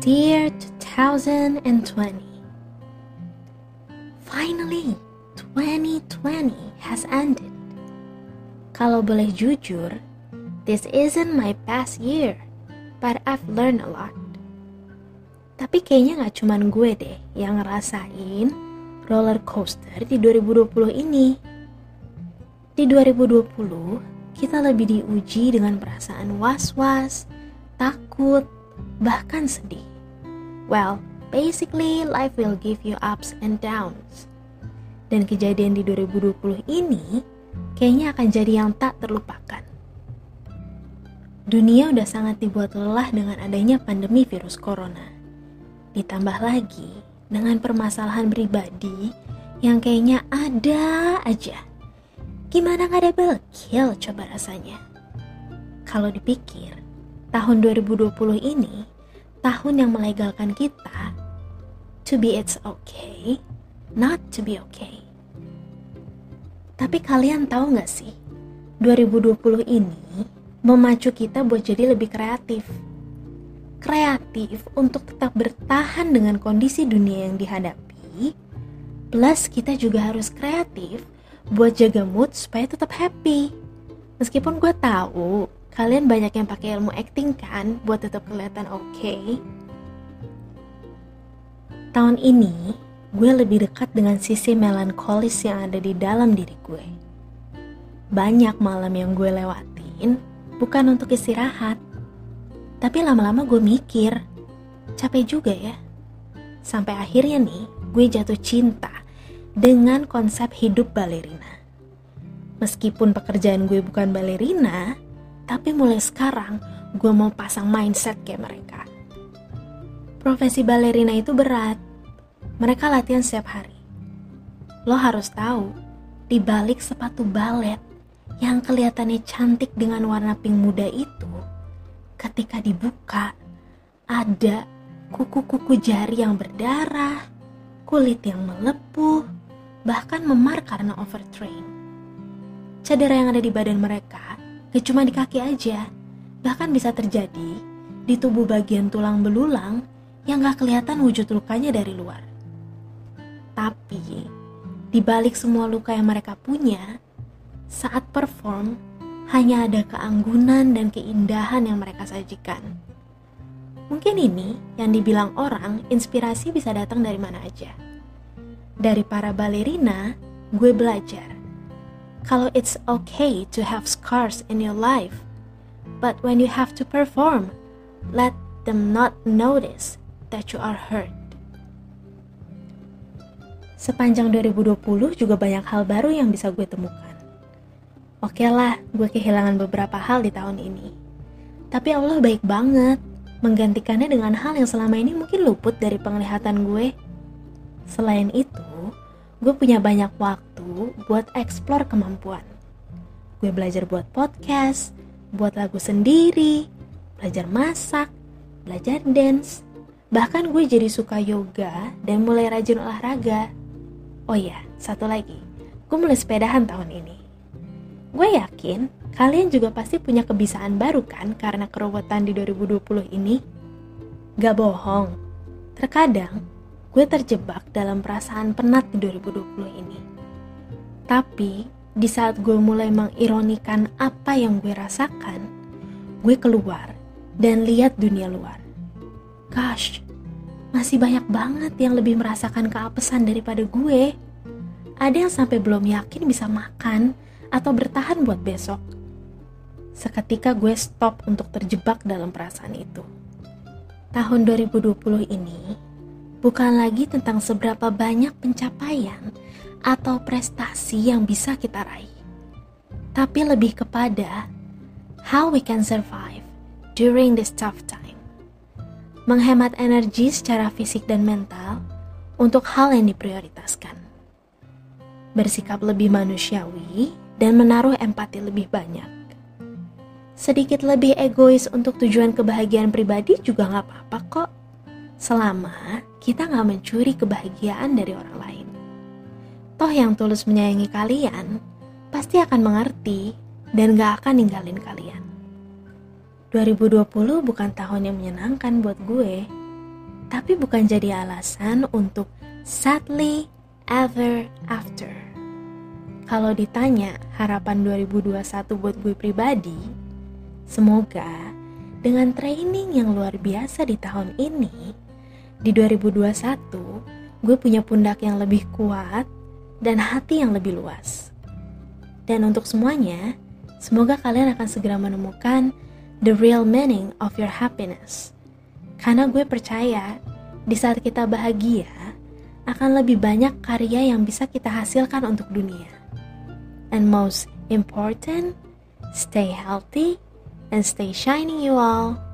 Dear 2020, finally 2020 has ended. Kalau boleh jujur, this isn't my best year, but I've learned a lot. Tapi kayaknya gak cuman gue deh yang ngerasain roller coaster di 2020 ini. Di 2020, kita lebih diuji dengan perasaan was-was, takut, bahkan sedih. Well, basically life will give you ups and downs. Dan kejadian di 2020 ini kayaknya akan jadi yang tak terlupakan. Dunia udah sangat dibuat lelah dengan adanya pandemi virus corona. Ditambah lagi dengan permasalahan pribadi yang kayaknya ada aja. Gimana gak double kill coba rasanya? Kalau dipikir, tahun 2020 ini tahun yang melegalkan kita to be it's okay, not to be okay. Tapi kalian tahu gak sih, 2020 ini memacu kita buat jadi lebih kreatif. Kreatif untuk tetap bertahan dengan kondisi dunia yang dihadapi, plus kita juga harus kreatif buat jaga mood supaya tetap happy. Meskipun gue tahu kalian banyak yang pakai ilmu acting kan buat tetap kelihatan oke. Tahun ini gue lebih dekat dengan sisi melankolis yang ada di dalam diri gue. Banyak malam yang gue lewatin bukan untuk istirahat, tapi lama-lama gue mikir, capek juga ya. Sampai akhirnya nih, gue jatuh cinta dengan konsep hidup balerina. Meskipun pekerjaan gue bukan balerina, tapi mulai sekarang gue mau pasang mindset kayak mereka. Profesi balerina itu berat. Mereka latihan setiap hari. Lo harus tahu, di balik sepatu balet yang kelihatannya cantik dengan warna pink muda itu, ketika dibuka, ada kuku-kuku jari yang berdarah, kulit yang melepuh, bahkan memar karena overtrain. Cedera yang ada di badan mereka, gak cuma di kaki aja, bahkan bisa terjadi di tubuh bagian tulang belulang yang gak kelihatan wujud lukanya dari luar. Tapi, di balik semua luka yang mereka punya, saat perform, hanya ada keanggunan dan keindahan yang mereka sajikan. Mungkin ini yang dibilang orang inspirasi bisa datang dari mana aja. Dari para balerina, gue belajar kalau it's okay to have scars in your life, but when you have to perform, let them not notice that you are hurt. Sepanjang 2020 juga banyak hal baru yang bisa gue temukan. Oke lah, gue kehilangan beberapa hal di tahun ini. Tapi Allah baik banget, menggantikannya dengan hal yang selama ini mungkin luput dari penglihatan gue. Selain itu, gue punya banyak waktu buat eksplor kemampuan. Gue belajar buat podcast, buat lagu sendiri, belajar masak, belajar dance. Bahkan gue jadi suka yoga dan mulai rajin olahraga. Oh iya, satu lagi, gue mulai sepedahan tahun ini. Gue yakin kalian juga pasti punya kebiasaan baru kan karena keruwetan di 2020 ini. Gak bohong, terkadang gue terjebak dalam perasaan penat di 2020 ini. Tapi di saat gue mulai mengironikan apa yang gue rasakan, gue keluar dan lihat dunia luar. Gosh, masih banyak banget yang lebih merasakan keapesan daripada gue. Ada yang sampai belum yakin bisa makan atau bertahan buat besok. Seketika gue stop untuk terjebak dalam perasaan itu. Tahun 2020 ini bukan lagi tentang seberapa banyak pencapaian atau prestasi yang bisa kita raih, tapi lebih kepada how we can survive during this tough time. Menghemat energi secara fisik dan mental untuk hal yang diprioritaskan. Bersikap lebih manusiawi dan menaruh empati lebih banyak. Sedikit lebih egois untuk tujuan kebahagiaan pribadi juga gak apa-apa kok, selama kita gak mencuri kebahagiaan dari orang lain. Toh yang tulus menyayangi kalian pasti akan mengerti dan gak akan ninggalin kalian. 2020 bukan tahun yang menyenangkan buat gue, tapi bukan jadi alasan untuk sadly ever after. Kalau ditanya harapan 2021 buat gue pribadi, semoga dengan training yang luar biasa di tahun ini, di 2021, gue punya pundak yang lebih kuat dan hati yang lebih luas. Dan untuk semuanya, semoga kalian akan segera menemukan the real meaning of your happiness. Karena gue percaya, di saat kita bahagia, akan lebih banyak karya yang bisa kita hasilkan untuk dunia. And most important, stay healthy and stay shining you all.